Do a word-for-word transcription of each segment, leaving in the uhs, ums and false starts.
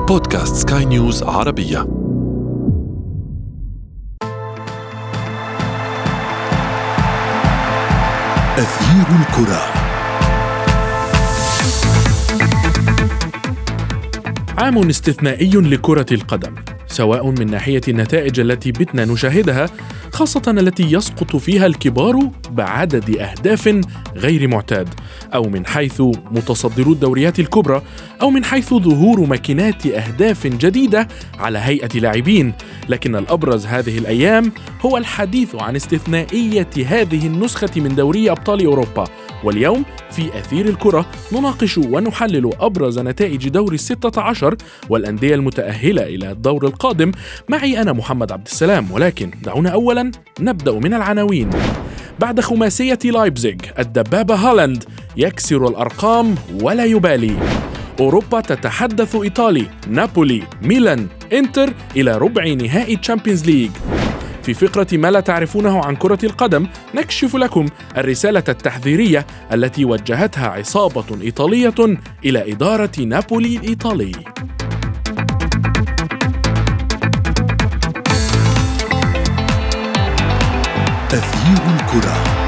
بودكاست سكاي نيوز عربية. أثير الكرة. عام استثنائي لكرة القدم، سواء من ناحية النتائج التي بتنا نشاهدها، خاصة التي يسقط فيها الكبار بعدد أهداف غير معتاد، أو من حيث متصدرو الدوريات الكبرى، أو من حيث ظهور ماكينات أهداف جديدة على هيئة لاعبين. لكن الأبرز هذه الأيام هو الحديث عن استثنائية هذه النسخة من دوري أبطال أوروبا. واليوم في أثير الكرة نناقش ونحلل أبرز نتائج دور الستة عشر والأندية المتأهلة إلى الدور القادم. معي أنا محمد عبد السلام، ولكن دعونا أولا نبدأ من العناوين. بعد خماسية لايبزيغ، الدبابة هالاند يكسر الأرقام ولا يبالي. أوروبا تتحدث إيطالي، نابولي، ميلان، إنتر إلى ربع نهائي تشامبيونز ليج. في فقرة ما لا تعرفونه عن كرة القدم نكشف لكم الرسالة التحذيرية التي وجهتها عصابة إيطالية إلى إدارة نابولي الإيطالي. أثير الكرة.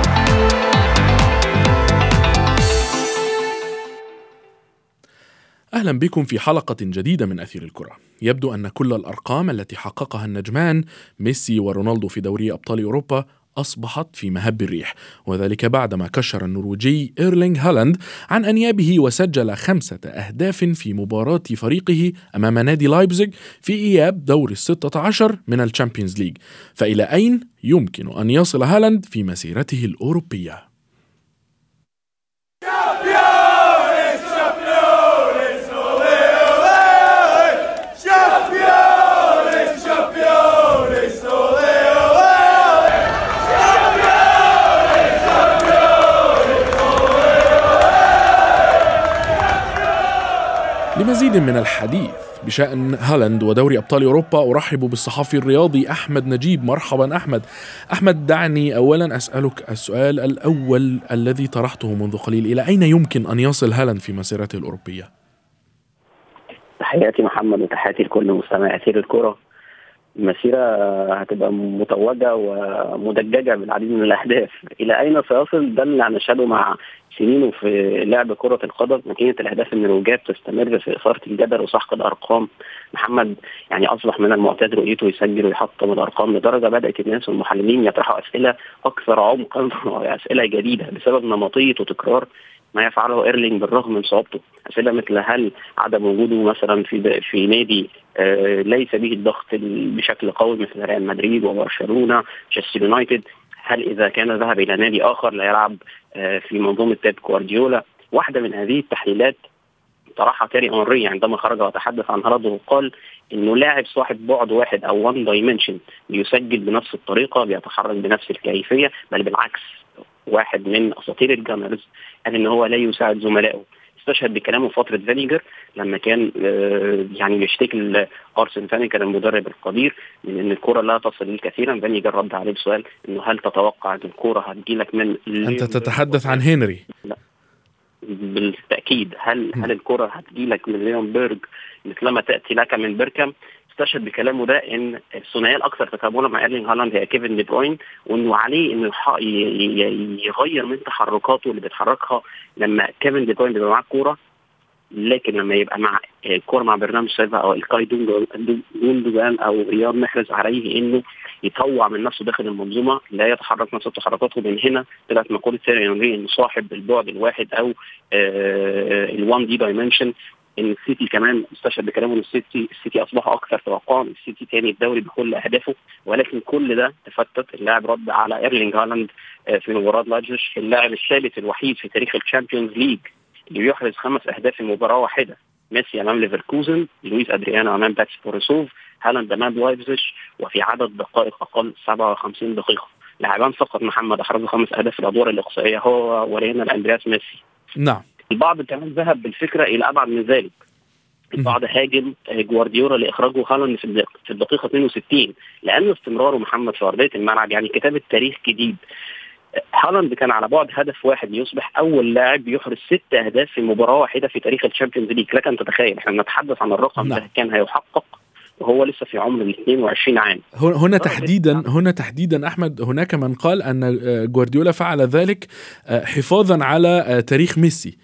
أهلا بكم في حلقة جديدة من أثير الكرة. يبدو أن كل الأرقام التي حققها النجمان ميسي ورونالدو في دوري أبطال أوروبا أصبحت في مهب الريح، وذلك بعدما كشر النرويجي إيرلينغ هالاند عن أنيابه وسجل خمسة أهداف في مباراة فريقه أمام نادي لايبزيغ في إياب دور الستة عشر من الشامبيونز ليج. فإلى أين يمكن أن يصل هالاند في مسيرته الأوروبية؟ لمزيد من الحديث بشأن هالاند ودوري أبطال أوروبا أرحب بالصحفي الرياضي أحمد نجيب. مرحبا أحمد. أحمد، دعني أولا أسألك السؤال الأول الذي طرحته منذ قليل: إلى أين يمكن أن يصل هالاند في مسيرته الأوروبية؟ تحياتي محمد وتحياتي لكل مستمع أثير الكرة. المسيرة هتبقى متوجة ومدججة بالعديد من الأهداف. إلى أين سيصل؟ ده اللي هنشهده مع سنينه في لعب كرة القدم. ماكينة الأهداف النرويجية تستمر في إثارة الجدل وسحق الأرقام. محمد يعني أصبح من المعتاد رؤيته يسجل ويحطم الأرقام، لدرجة بدأت الناس والمحللين يطرحوا أسئلة أكثر عمقا وأسئلة جديدة بسبب نمطية وتكرار ما يفعله إيرلينغ بالرغم من صعوبته. أسئلة مثل: هل عدم وجوده مثلا في في نادي آه ليس به الضغط بشكل قوي مثل ريال مدريد وبرشلونة مانشستر يونايتد؟ هل إذا كان ذهب إلى نادي آخر لا يلعب آه في منظومة بيب جوارديولا؟ واحدة من هذه التحليلات طرحها تيري أونري عندما خرج وتحدث عن هالاند، وقال إنه لاعب صاحب بعد واحد أو وان دايمنشن، بيسجل بنفس الطريقة، بيتحرك بنفس الكيفية، بل بالعكس. واحد من أساطير الجامرز قال إن هو لا يساعد زملائه. استشهد بكلامه فترة فينيجر لما كان يعني يشتكي أرسن فينيجر المدرب القدير من إن الكرة لا تصل ليه كثيرا. فينيجر رد عليه بسؤال إنه هل تتوقع أن الكرة هتجيلك من؟ أنت تتحدث عن هنري؟ لا بالتأكيد. هل هل الكرة هتجيلك من ليونبرغ مثلما تأتي لك من بيركام؟ استشهد بكلامه ده ان الثنائيه الاكثر تكاملا مع ايرلينغ هالاند هي كيفن دي بروين، وانه عليه انه يغير من تحركاته اللي بيتحركها لما كيفن دي بروين بيبقى معاه الكوره، لكن لما يبقى مع الكوره مع برنامج سيلفا او الكاي دوندوغان او رياض محرز عليه انه يطوع من نفسه داخل المنظومه، لا يتحرك نفس تحركاته. من هنا طلعت مقوله تيري أونري انه صاحب البعد الواحد او الوان دي دايمنشن. ان السيتي كمان استشهد بكلامه ان السيتي السيتي اصبح اكثر توقعا، السيتي تاني الدوري بكل اهدافه، ولكن كل ده تفتت. اللاعب رد على ايرلينغ هالاند في مباراه لايبزيغ، اللاعب الثالث الوحيد في تاريخ الشامبيونز ليج اللي بيحرز خمس اهداف في مباراه واحده. ميسي امام ليفركوزن، لويس ادريانو امام باكس بوريسوف، هالاند امام لايبزيغ، وفي عدد دقائق اقل سبعة وخمسين دقيقه. لاعبان فقط محمد احرزوا خمس اهداف في الادوار الاقصائيه، هو ولينا اندرياس ميسي. نعم. البعض كمان ذهب بالفكرة إلى أبعد من ذلك. البعض هاجم جوارديولا لإخراجه هالاند في الدقيقة اثنين وستين لأن استمراره محمد في أرضية الملعب يعني كتابة تاريخ جديد. هالاند كان على بعد هدف واحد يصبح اول لاعب يحرز ست اهداف في مباراه واحده في تاريخ الشامبيونز ليج. لك ان تتخيل، احنا نتحدث عن الرقم نعم. ده كان هيحقق وهو لسه في عمر ال اثنين وعشرين عام. هنا تحديدا هنا تحديدا احمد، هناك من قال ان جوارديولا فعل ذلك حفاظا على تاريخ ميسي.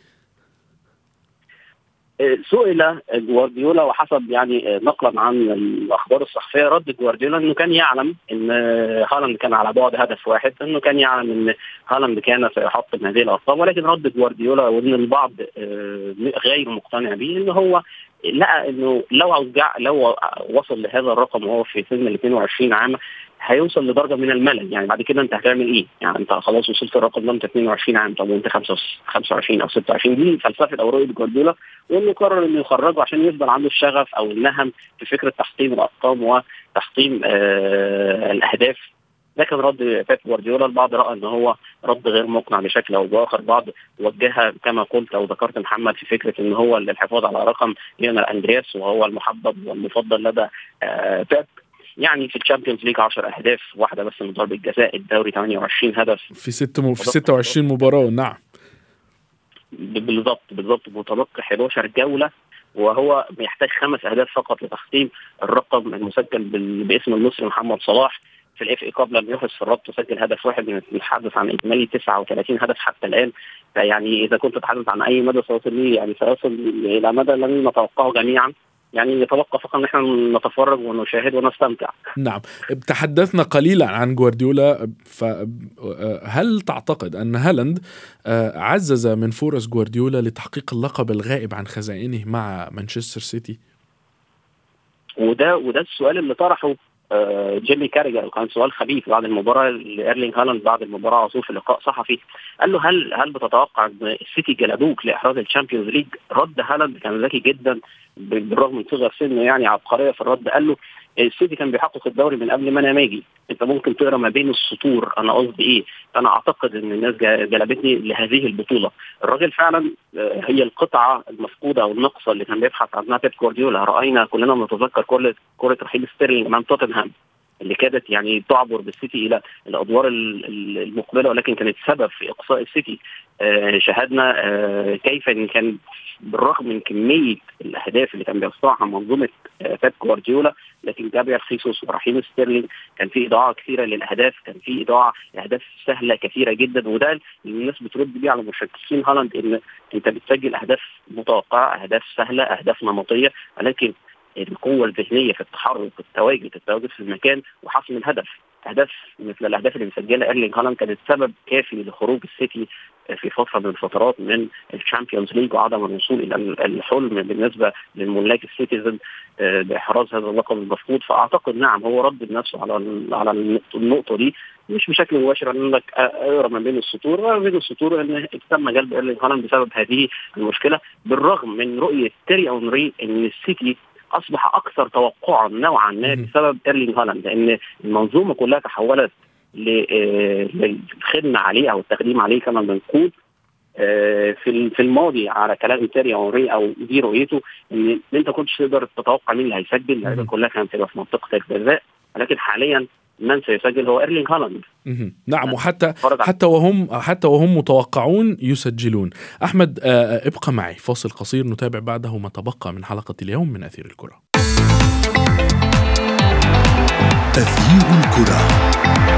سئل جوارديولا وحسب يعني نقلا عن الاخبار الصحفيه، رد جوارديولا انه كان يعلم ان هالاند كان على بعد هدف واحد، انه كان يعلم ان هالاند كان سيحطم هذه الارقام، ولكن رد جوارديولا وان البعض غير مقتنع به انه هو لقى انه لو لو وصل لهذا الرقم وهو في سن ال اثنين وعشرين عام هيوصل لدرجه من الملل. يعني بعد كده انت هتعمل ايه؟ يعني انت خلاص وصلت الرقم ده، انت اثنين وعشرين عام، طب وانت خمسة وعشرين او ستة وعشرين؟ دي فلسفه او رؤيه جوارديولا، وانه قرر انه يخرجه عشان يفضل عنده الشغف او النهم في فكره تحطيم الارقام وتحطيم آه الاهداف. لكن رد بيب جوارديولا البعض راى ان هو رد غير مقنع بشكل او باخر، بعض وجهها كما قلت او ذكرت محمد في فكره ان هو الحفاظ على رقم ليونيل اندرياس وهو المحبب والمفضل لدى آه بيب. يعني في الشامبيونز ليج عشر اهداف، واحده بس من ضربه جزاء، الدوري ثمانية وعشرين هدف في ست م... في ستة وعشرين مباراه. نعم بالضبط بالضبط متبقي احد عشر جوله، وهو بيحتاج خمس اهداف فقط لتحطيم الرقم المسجل باسم المصري محمد صلاح في الاف اي كاب. لم يحرز في الربط، سجل هدف واحد، بنتحدث عن اجمالي تسعة وثلاثين هدف حتى الان. فيعني اذا كنت تتحدث عن اي مدى سيصل ليه، يعني سيصل الى مدى لم نتوقعه جميعا. يعني يتبقى فقط ان احنا نتفرج ونشاهد ونستمتع. نعم، تحدثنا قليلا عن جوارديولا، فهل تعتقد ان هالاند عزز من فرص جوارديولا لتحقيق اللقب الغائب عن خزائنه مع مانشستر سيتي؟ وده وده السؤال اللي طرحه جيمي كاريجر، وكان سؤال خبيث بعد المباراه لإيرلينغ هالاند بعد المباراه عصور في لقاء صحفي. قال له هل هل بتتوقع ان السيتي جلدوك لاحراز الشامبيونز ليج؟ رد هالاند كان ذكي جدا بالرغم من صغر سنه، يعني عبقريه في الرد. قال له السيتي كان بيحقق الدوري من قبل ما انا ماجي، انت ممكن تقرا ما بين السطور انا قصدي ايه. انا اعتقد ان الناس جلبتني لهذه البطوله. الراجل فعلا هي القطعه المفقوده او النقصه اللي كان بيبحث عنها بيب جوارديولا. راينا كلنا نتذكر كره كره رحيل ستيرلينج امام توتنهام اللي كادت يعني تعبر بالسيتي الى الادوار المقبله، ولكن كانت سبب في اقصاء السيتي. آه شاهدنا آه كيف ان كان بالرغم من كميه الاهداف اللي كان بيصنعها منظومه آه بيب جوارديولا، لكن جابريل خيسوس ورحيم ستيرلينج كان في اضاعه كثيره للاهداف، كان في اضاعه لاهداف سهله كثيره جدا. وده اللي الناس بترد بيه على مشككين هالاند، ان انت بتسجل اهداف متوقعه، اهداف سهله، اهداف نمطيه، ولكن القوة الذهنية في التحرك، التواجد التواجد في المكان وحسم الهدف. أهداف مثل الأهداف اللي مسجلها إيرلينغ هالاند كانت سبب كافي لخروج السيتي في فترة من الفترات من الشامبيونز ليج وعدم الوصول إلى الحلم بالنسبة للملاك السيتيزن بإحراز هذا اللقب المفقود. فأعتقد نعم هو رد بنفسه على على النقطة دي مش بشكل مباشر، انك اقرا ما بين السطور ما بين السطور ان تم جلب إيرلينغ هالاند بسبب هذه المشكلة، بالرغم من رؤية تيري أونري ان السيتي أصبح أكثر توقعا نوعا ما بسبب إيرلينغ هالاند، لأن المنظومة كلها تحولت للخدمة عليه أو التقديم عليه كما بنقول في في الماضي على كلام تيري أونري أو دي رؤيته، إن أنت كنتش تقدر تتوقع مين اللي هيسجل، اللعيبة كلها كانت تبقى في منطقة الجزاء، ولكن حاليا من سيسجل هو إيرلينغ هالاند. نعم، وحتى حتى وهم حتى وهم متوقعون يسجلون. أحمد ابقى معي، فاصل قصير نتابع بعده ما تبقى من حلقة اليوم من أثير الكرة. أثير الكرة.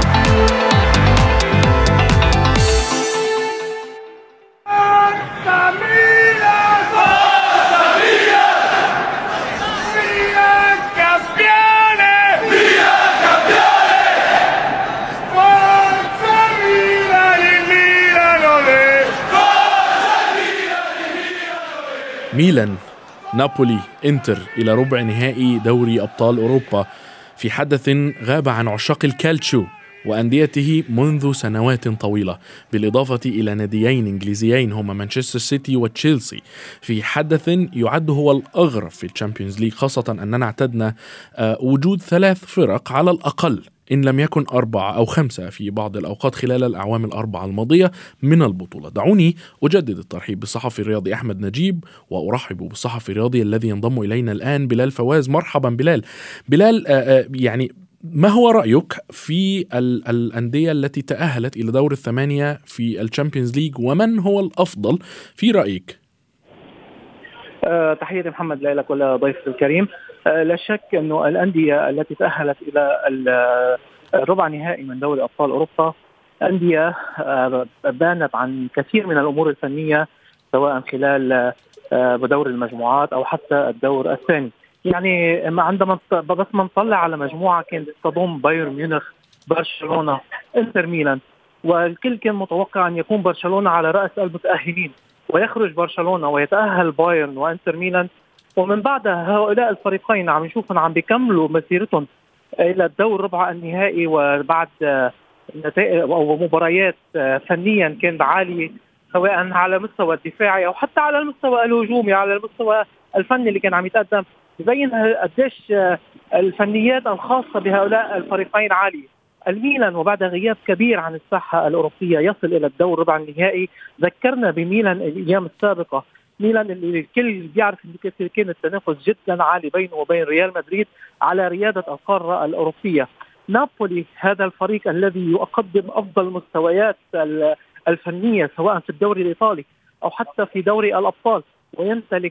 ميلان، نابولي، إنتر إلى ربع نهائي دوري أبطال أوروبا في حدث غاب عن عشاق الكالتشو وأنديته منذ سنوات طويلة، بالإضافة إلى ناديين إنجليزيين هما مانشستر سيتي وتشيلسي، في حدث يعد هو الأغرب في الشامبيونز ليج، خاصة أننا اعتدنا وجود ثلاث فرق على الأقل إن لم يكن أربعة أو خمسة في بعض الأوقات خلال الأعوام الأربعة الماضية من البطولة. دعوني أجدد الترحيب بالصحفي الرياضي أحمد نجيب، وأرحب بالصحفي الرياضي الذي ينضم إلينا الآن بلال فواز. مرحبا بلال. بلال، آآ آآ يعني ما هو رأيك في الأندية التي تأهلت إلى دور الثمانية في الشامبيونز ليج، ومن هو الأفضل في رأيك؟ أه تحياتي محمد لك ولا ضيف الكريم. أه لا شك أنه الأندية التي تأهلت إلى الربع نهائي من دوري أبطال أوروبا أندية أه بانت عن كثير من الأمور الفنية، سواء خلال أه دور المجموعات أو حتى الدور الثاني. يعني عندما بس ما نطلع على مجموعة كانت تضم بايرن ميونخ، برشلونة، انتر ميلان، والكل كان متوقع أن يكون برشلونة على رأس المتأهلين ويخرج برشلونة ويتأهل بايرن وانتر ميلان، ومن بعد هؤلاء الفريقين عم نشوفهم عم بيكملوا مسيرتهم إلى الدور ربع النهائي، وبعد نتائج أو مباريات فنيا كانت عالية، سواء على المستوى الدفاعي أو حتى على المستوى الهجومي، على المستوى الفني اللي كان عم يتقدم، يبين قديش الفنيات الخاصة بهؤلاء الفريقين عالية. الميلان وبعد غياب كبير عن الساحة الأوروبية يصل إلى الدور ربع النهائي. ذكرنا بميلان الأيام السابقة، ميلان اللي الكل بيعرف إنه كان التنافس جدا عالي بينه وبين ريال مدريد على ريادة القارة الأوروبية. نابولي هذا الفريق الذي يقدم أفضل مستويات الفنية سواء في الدوري الإيطالي أو حتى في دوري الأبطال، ويمتلك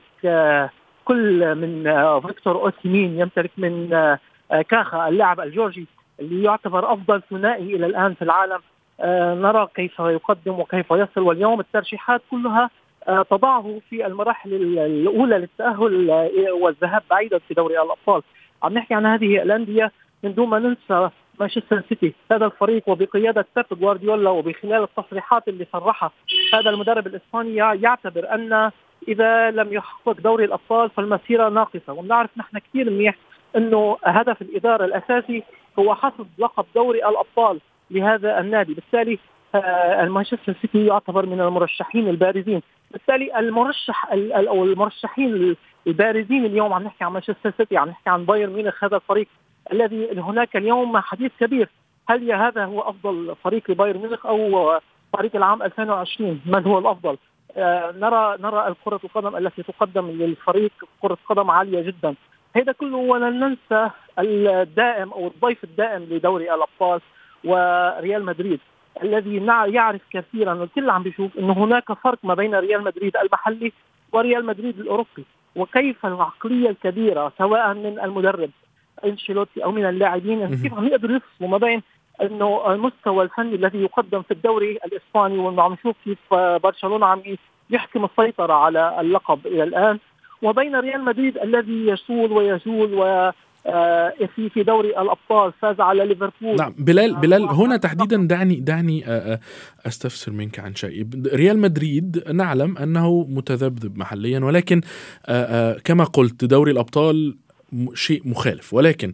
كل من فيكتور أوسيمين، يمتلك من كاخا اللاعب الجورجي اللي يعتبر أفضل ثنائي إلى الآن في العالم. نرى كيف يقدم وكيف يصل، واليوم الترشيحات كلها تضعه في المراحل الأولى للتأهل والذهاب بعيدا في دوري الأبطال. عم نحكي عن هذه الأندية من دون ما ننسى مانشستر سيتي، هذا الفريق وبقيادة بيب غوارديولا وبخلال التصريحات اللي صرحها هذا المدرب الإسباني يعتبر أن إذا لم يحقق دوري الأبطال فالمسيرة ناقصة. ونعرف نحن كثير منيح أنه هدف الإدارة الأساسي هو حصد لقب دوري الأبطال لهذا النادي، بالتالي المانشستر سيتي يعتبر من المرشحين البارزين. بالتالي المرشح أو المرشحين البارزين اليوم عم نحكي عن مانشستر سيتي، عم نحكي عن بايرن ميونخ، هذا الفريق الذي هناك اليوم حديث كبير، هل هذا هو أفضل فريق لبايرن ميونخ أو فريق العام ألفين وعشرين؟ من هو الأفضل؟ آه نرى نرى الكرة القدم التي تقدم للفريق كرة قدم عالية جدا. هذا كله ولن ننسى الدائم أو الضيف الدائم لدوري الأبطال وريال مدريد الذي يعرف كثيرا، والكل عم بيشوف أنه هناك فرق ما بين ريال مدريد المحلي وريال مدريد الأوروبي، وكيف العقلية الكبيرة سواء من المدرب أنشيلوتي أو من اللاعبين كيف عم يقدروا يفصلوا ما بين أنه المستوى الفني الذي يقدم في الدوري الإسباني، وعم نشوف كيف برشلونة عم يحكم السيطرة على اللقب إلى الآن، وبين ريال مدريد الذي يسول ويزول و في في دوري الأبطال فاز على ليفربول. نعم بلال بلال هنا تحديدا دعني دعني أستفسر منك عن شيء. ريال مدريد نعلم أنه متذبذب محليا، ولكن كما قلت دوري الأبطال شيء مخالف، ولكن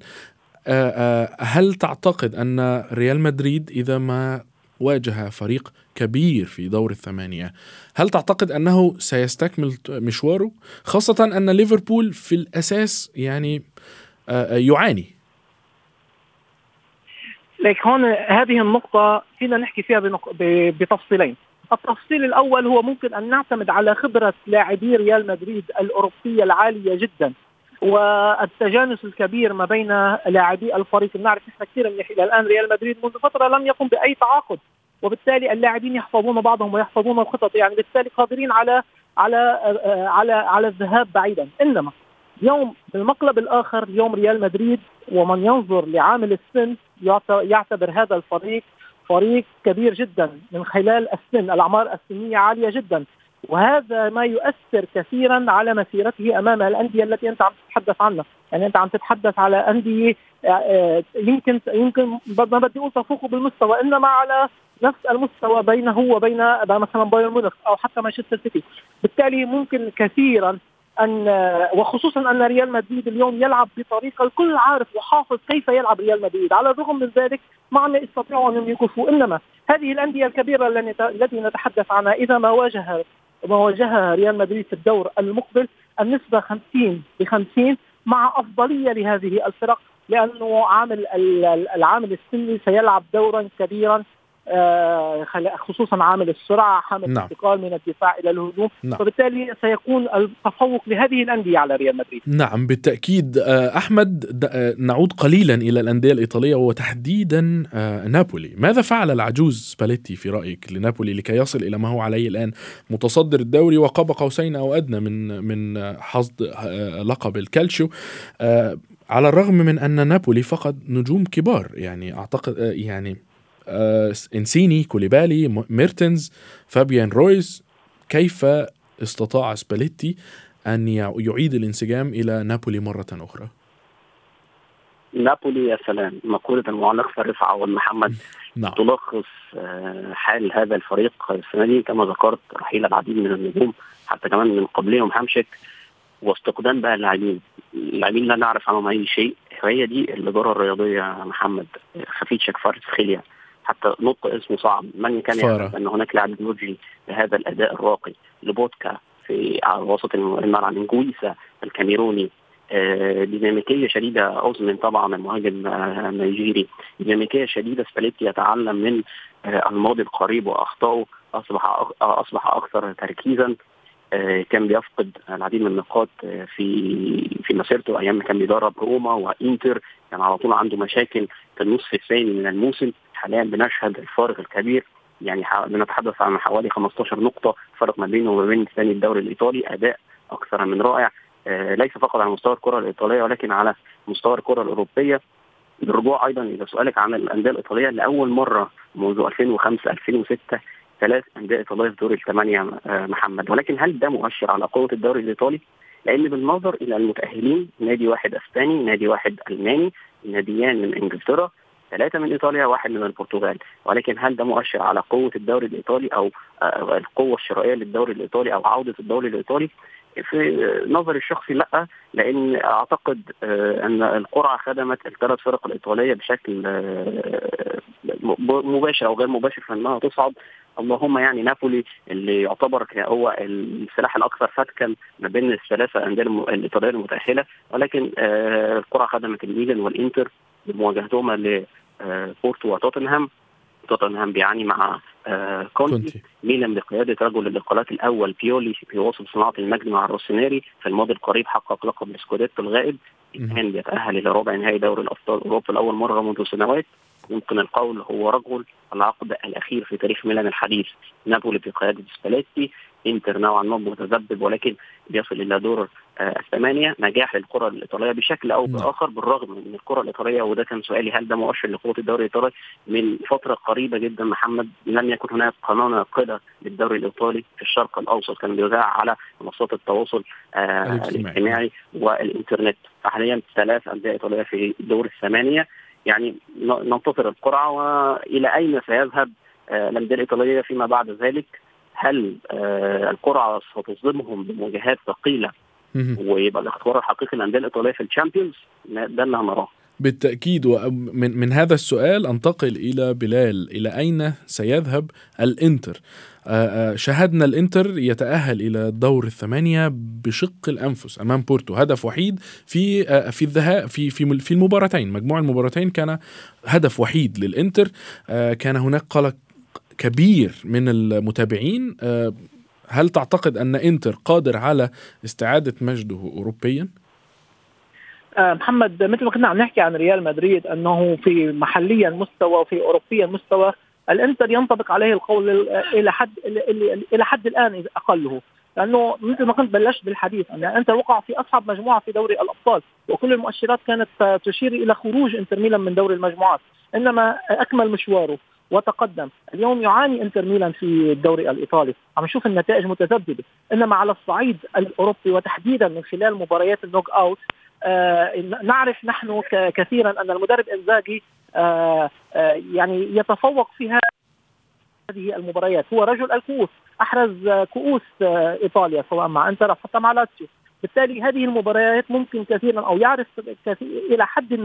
هل تعتقد أن ريال مدريد إذا ما واجه فريق كبير في دور الثمانية هل تعتقد أنه سيستكمل مشواره، خاصة أن ليفربول في الأساس يعني يعاني؟ لك هون هذه النقطة فينا نحكي فيها بتفصيلين. التفصيل الأول هو ممكن أن نعتمد على خبرة لاعبي ريال مدريد الأوروبية العالية جدا والتجانس الكبير ما بين لاعبي الفريق. نعرف نحن كثير من إلى الآن ريال مدريد منذ فترة لم يقم بأي تعاقد، وبالتالي اللاعبين يحفظون بعضهم ويحفظون الخطط، يعني بالتالي قادرين على على على على الذهاب بعيدا. إنما يوم بالمقلب الآخر يوم ريال مدريد ومن ينظر لعامل السن يعتبر هذا الفريق فريق كبير جدا من خلال السن، الأعمار السنية عالية جدا، وهذا ما يؤثر كثيرا على مسيرته أمام الأندية التي أنت عم تتحدث عنها. يعني أنت عم تتحدث على أندية يمكن يمكن ما بدي أقول تفوقه بالمستوى، إنما على نفس المستوى بينه وبين مثلا بايرن ميونخ أو حتى مانشستر سيتي. بالتالي ممكن كثيرا أن وخصوصا أن ريال مدريد اليوم يلعب بطريقة الكل عارف وحافظ كيف يلعب ريال مدريد، على الرغم من ذلك ما عم يستطيعوا أن يكفوا. إنما هذه الأندية الكبيرة التي نتحدث عنها إذا ما واجه ما واجهها ريال مدريد في الدور المقبل النسبة خمسين بخمسين مع أفضلية لهذه الفرق، لأنه عامل العامل السني سيلعب دورا كبيرا خصوصا عامل السرعة، عامل نعم. الانتقال من الدفاع إلى الهجوم. نعم. فبالتالي سيكون التفوق لهذه الأندية على ريال مدريد. نعم بالتأكيد. أحمد، نعود قليلا إلى الأندية الإيطالية وتحديدا نابولي. ماذا فعل العجوز سباليتي في رأيك لنابولي لكي يصل إلى ما هو عليه الآن، متصدر الدوري وقاب قوسين أو أدنى من من حصد لقب الكالشيو، على الرغم من أن نابولي فقد نجوم كبار؟ يعني أعتقد يعني إنسيني، كوليبالي، ميرتنز، فابيان رويز. كيف استطاع سباليتي أن يعيد الانسجام إلى نابولي مرة أخرى؟ نابولي يا سلام، مقولة المعلق فارس عوض محمد. نعم. تلخص حال هذا الفريق السنة دي كما ذكرت: رحيل العديد من النجوم، حتى كمان من قبلهم همشك، واستقدام بقى اللاعبين اللاعبين لا نعرف عنهم أي شيء. هي دي الإدارة الرياضية محمد. خفيتشك، فارس خيليا، حتى نطق اسمه صعب. من كان يعرف أن هناك لاعب جورجي بهذا الأداء الراقي؟ لبوتكا في وسط الملعب، نجويسا الكاميروني، آه ديناميكية شديدة. أوزمن طبعا المهاجم آه نيجيري، ديناميكية شديدة. سباليتي يتعلم من آه الماضي القريب وأخطائه، أصبح أصبح أكثر تركيزا. آه كان بيفقد العديد من النقاط آه في في مسيرته أيام ما كان بيدرب روما وإنتر، كان يعني على طول عنده مشاكل في النصف الثاني من الموسم. حاليا بنشهد الفارق الكبير، يعني بنتحدث عن حوالي خمسة عشر نقطة فرق ما بينه وما بين ثاني الدوري الإيطالي. أداء أكثر من رائع، آه ليس فقط على مستوى الكرة الإيطالية ولكن على مستوى الكرة الأوروبية. بالرجوع أيضا إلى سؤالك عن الأندية الإيطالية، لأول مرة منذ ألفين وخمسة ألفين وستة ثلاث أندية إيطالية في دور الثمانية آه محمد. ولكن هل ده مؤشر على قوة الدوري الإيطالي؟ لأن بالنظر إلى المتأهلين، نادي واحد أسباني، نادي واحد ألماني، ناديان من إنجلترا، ثلاثة من إيطاليا، واحد من البرتغال. ولكن هل ده مؤشر على قوة الدوري الإيطالي أو آه القوة الشرائية للدوري الإيطالي أو عودة الدوري الإيطالي؟ في نظري الشخصي لا، لأن أعتقد أن القرعة خدمت الثلاث فرق الإيطالية بشكل مباشر أو غير مباشر في أنها تصعد. اللهم يعني نابولي اللي يعتبر هو السلاح الأكثر فتكا ما بين الثلاثة أندية الإيطالية المتأهلة، ولكن القرعة خدمت الميلان والإنتر بمواجهتهما لبورتو وتوتنهام. توتنهام بيعاني مع آه كونتي. ميلان بقيادة رجل الانتقالات الأول بيولي في وسط صناعة المجد مع الروسينيري في الماضي القريب حقق لقب السكوديتو الغائب. الآن بيتأهل إلى ربع نهائي دوري الأبطال أوروبا لأول مرة منذ سنوات. يمكن القول هو رجل العقد الأخير في تاريخ ميلان الحديث. نابولي بقيادة سباليتي، إنتر نوعا ما متذبذب ولكن بيصل إلى دور آه الثمانية. نجاح للكرة الإيطالية بشكل أو بآخر بالرغم من الكرة الإيطالية، وده كان سؤالي: هل ده مؤشر لقوة الدوري الإيطالي؟ من فترة قريبة جدا محمد لم يكن هناك قناة ناقدة للدوري الإيطالي في الشرق الأوسط، كان بيذاع على منصات التواصل آه الاجتماعي والإنترنت. فحاليا ثلاث أندية إيطالية في دور الثمانية، يعني ننتظر القرعة وإلى أين سيذهب آه الأندية الإيطالية فيما بعد ذلك. هل آه القرعة ستصدمهم بمواجهات ثقيلة ويبقى الاختبار الحقيقي للأندية الإيطالية في الشامبيونز؟ ده اللي هنراه بالتأكيد. ومن من هذا السؤال أنتقل إلى بلال: إلى أين سيذهب الإنتر؟ شاهدنا الإنتر يتأهل إلى الدور الثمانية بشق الأنفس أمام بورتو، هدف وحيد في في الذهاب في في في المباراتين. مجموع المباراتين كان هدف وحيد للإنتر. كان هناك قلق كبير من المتابعين. هل تعتقد أن إنتر قادر على استعادة مجده أوروبيا؟ محمد، مثل ما كنا عم نحكي عن ريال مدريد أنه في محليا مستوى وفي أوروبيا مستوى، الإنتر ينطبق عليه القول إلى حد إلى حد الآن أقله، لأنه مثل ما كنت بلشت بالحديث أن إنتر وقع في أصعب مجموعة في دوري الأبطال، وكل المؤشرات كانت تشير إلى خروج إنتر ميلان من دوري المجموعات، إنما أكمل مشواره وتقدم. اليوم يعاني إنتر ميلان في الدوري الإيطالي، عم نشوف النتائج متذبذبة. إنما على الصعيد الأوروبي وتحديدا من خلال مباريات النوك أوت، آه نعرف نحن كثيرا أن المدرب إنزاغي آه آه يعني يتفوق في هذه المباريات. هو رجل الكؤوس، أحرز كؤوس آه إيطاليا سواء مع إنتر أو حتى مع لاتسيو. بالتالي هذه المباريات ممكن كثيرا أو يعرف كثير إلى حد ما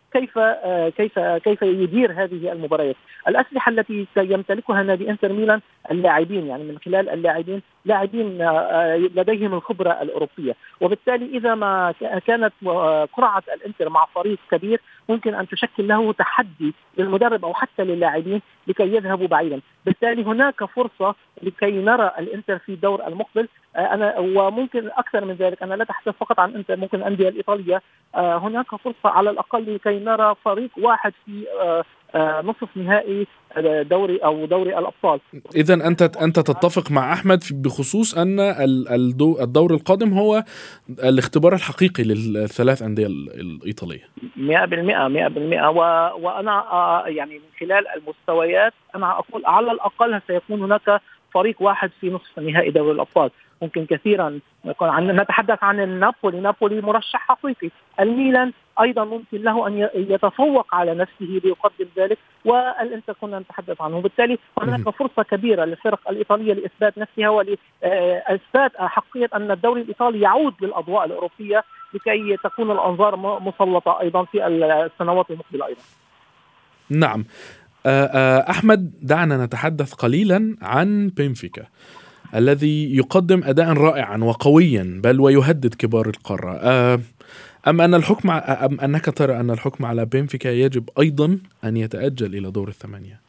كيف كيف كيف يدير هذه المباريات. الأسلحة التي يمتلكها نادي انتر ميلان اللاعبين، يعني من خلال اللاعبين لاعبين لديهم الخبرة الأوروبية، وبالتالي إذا ما كانت قرعة الانتر مع فريق كبير ممكن أن تشكل له تحدي للمدرب أو حتى للاعبين لكي يذهبوا بعيدا. بالتالي هناك فرصة لكي نرى الانتر في الدور المقبل. أنا وممكن أكثر من ذلك، أنا لا أتحدث فقط عن انتر، ممكن الأندية الإيطالية هناك فرصة على الأقل لكي نرى فريق واحد في نصف نهائي دوري أو دوري الأبطال. إذا أنت أنت تتفق مع أحمد بخصوص أن الدور القادم هو الاختبار الحقيقي للثلاث أندية الإيطالية. مئة بالمئة مئة بالمئة وأنا يعني من خلال المستويات أنا أقول على الأقل سيكون هناك فريق واحد في نصف نهائي دوري الأبطال. ممكن كثيرا يكون عن نتحدث عن النابولي، نابولي مرشح حقيقي، الميلان أيضا ممكن له أن يتفوق على نفسه ليقدم ذلك، والإنتر كنا نتحدث عنه. بالتالي هناك فرصة كبيرة للفرق الإيطالية لإثبات نفسها ولإثبات حقيقة أن الدوري الإيطالي يعود للأضواء الأوروبية لكي تكون الأنظار مسلطة أيضا في السنوات المقبلة أيضا. نعم. أحمد، دعنا نتحدث قليلا عن بنفيكا الذي يقدم أداء رائعا وقويا بل ويهدد كبار القارة. أم أن الحكم أم أنك ترى أن الحكم على بنفيكا يجب أيضا أن يتأجل إلى دور الثمانية؟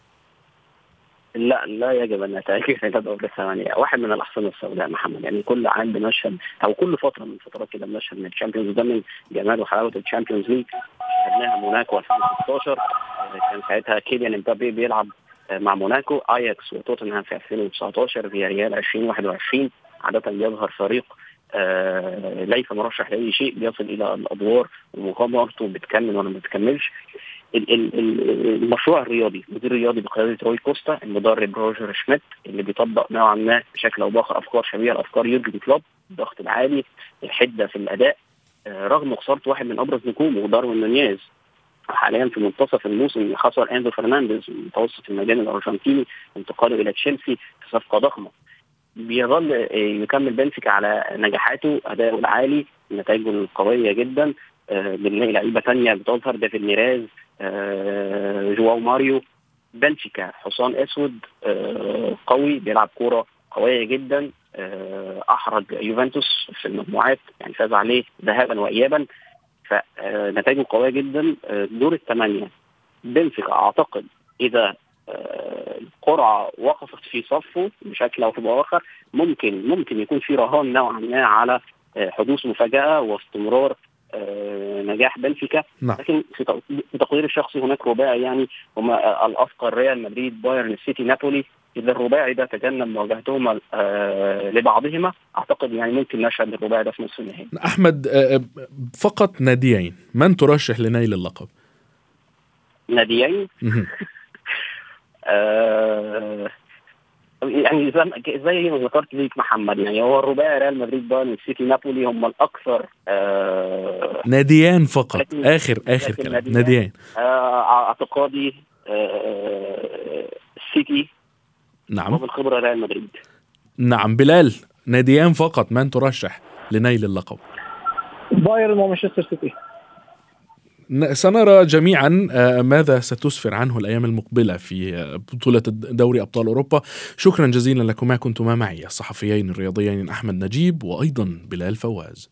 لا لا يجب أن يتأجل إلى دور الثمانية. واحد من الأحصنة السوداء محمد، يعني كل عام بنشهد أو كل فترة من فترات كده بنشهد من الشامبيونز. ده من جمال وحلاوة الشامبيونز ليج. شاهدناها موناكو ألفين وستاشر، كان ساعتها كيليان امبابي بيلعب مع موناكو، اياكس وتوتنهام في ألفين وتسعتاشر، في ريال ألفين وواحد وعشرين. عادة بيظهر فريق آه ليس مرشح لأي شيء بيصل إلى الأدوار ومغامرته بتكمل ولا ما بتكملش. المشروع الرياضي، المدير الرياضي بقيادة روي كوستا، المدرب روجر شميت اللي بيطبق نوعا ما بشكل أو بآخر أفكار شبيهة لأفكار يورجن كلوب، الضغط العالي، الحدة في الأداء، آه رغم خسارة واحد من أبرز نجومه داروين نونيز حاليا في منتصف الموسم. خسر أندرو فرنانديز متوسط الميدان الأرجنتيني انتقاله إلى تشيلسي في صفقة ضخمة. بيظل يكمل بنفيكا على نجاحاته، أداؤه العالي، نتائجه القوية جدا. بنلاقي لعيبة تانية بتظهر، دافيد نيراز، جواو ماريو. بنفيكا حصان أسود قوي بيلعب كورة قوية جدا. أحرج يوفنتوس في المجموعات، يعني فاز عليه ذهابا وإيابا، فنتائجه قوية جدا. دور الثمانية بنفيكا أعتقد إذا القرعة وقفت في صفه بشكل أو بآخر ممكن ممكن يكون في رهان نوعا ما على حدوث مفاجأة واستمرار نجاح بنفيكا. نعم. لكن في تقدير الشخصي هناك رباعي، يعني هما الأفقر ريال مدريد بايرن سيتي نابولي. إذا الرباعي ده تجنب مواجهتهما لبعضهما أعتقد يعني ممكن نشهد الرباعي ده في نصف النهائي. أحمد، فقط ناديين، من ترشح لنيل اللقب؟ ناديين آه يعني زي ما ذكرت ليك محمد، يعني هو الرباعي ريال مدريد بايرن سيتي نابولي هم الأكثر. آه ناديان فقط، آخر آخر كلام، ناديان. آه اعتقادي آه السيتي. نعم. وبالخبرة ريال مدريد. نعم. بلال، ناديان فقط، من ترشح لنيل اللقب؟ بايرن ومانشستر سيتي. سنرى جميعا ماذا ستسفر عنه الأيام المقبلة في بطولة دوري أبطال أوروبا. شكرا جزيلا لكما، كنتما معي الصحفيين الرياضيين أحمد نجيب وأيضا بلال فواز.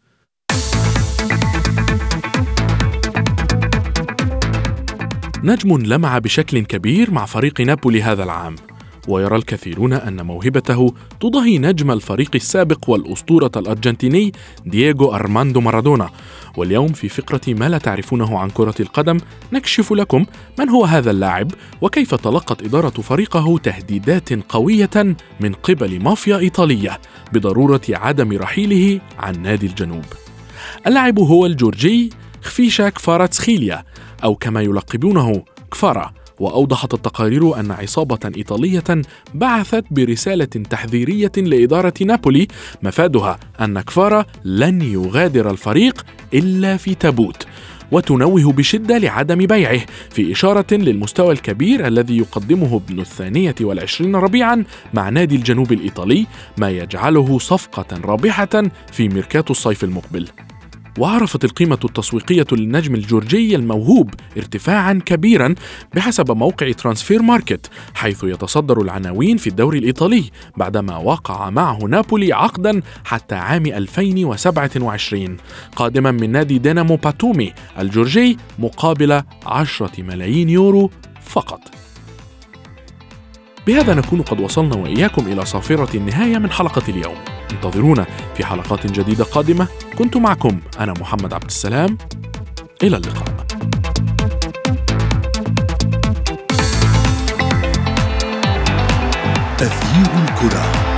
نجم لمع بشكل كبير مع فريق نابولي هذا العام، ويرى الكثيرون أن موهبته تضاهي نجم الفريق السابق والأسطورة الأرجنتيني دييغو أرماندو مارادونا. واليوم في فقرة ما لا تعرفونه عن كرة القدم نكشف لكم من هو هذا اللاعب وكيف تلقت إدارة فريقه تهديدات قوية من قبل مافيا إيطالية بضرورة عدم رحيله عن نادي الجنوب. اللاعب هو الجورجي خفيشا كفاراتسخيليا، أو كما يلقبونه كفارا. وأوضحت التقارير أن عصابة إيطالية بعثت برسالة تحذيرية لإدارة نابولي مفادها أن كفارا لن يغادر الفريق إلا في تابوت، وتنوه بشدة لعدم بيعه في إشارة للمستوى الكبير الذي يقدمه ابن الثانية والعشرين ربيعا مع نادي الجنوب الإيطالي، ما يجعله صفقة رابحة في ميركاتو الصيف المقبل. وعرفت القيمة التسويقية للنجم الجورجي الموهوب ارتفاعاً كبيراً بحسب موقع ترانسفير ماركت، حيث يتصدر العناوين في الدوري الإيطالي بعدما وقع معه نابولي عقداً حتى عام ألفين وسبعة وعشرين قادماً من نادي دينامو باتومي الجورجي مقابل عشرة ملايين يورو فقط. بهذا نكون قد وصلنا وإياكم إلى صافرة النهاية من حلقة اليوم. انتظرونا في حلقات جديدة قادمة. كنت معكم أنا محمد عبد السلام، إلى اللقاء. تغيير الكرة.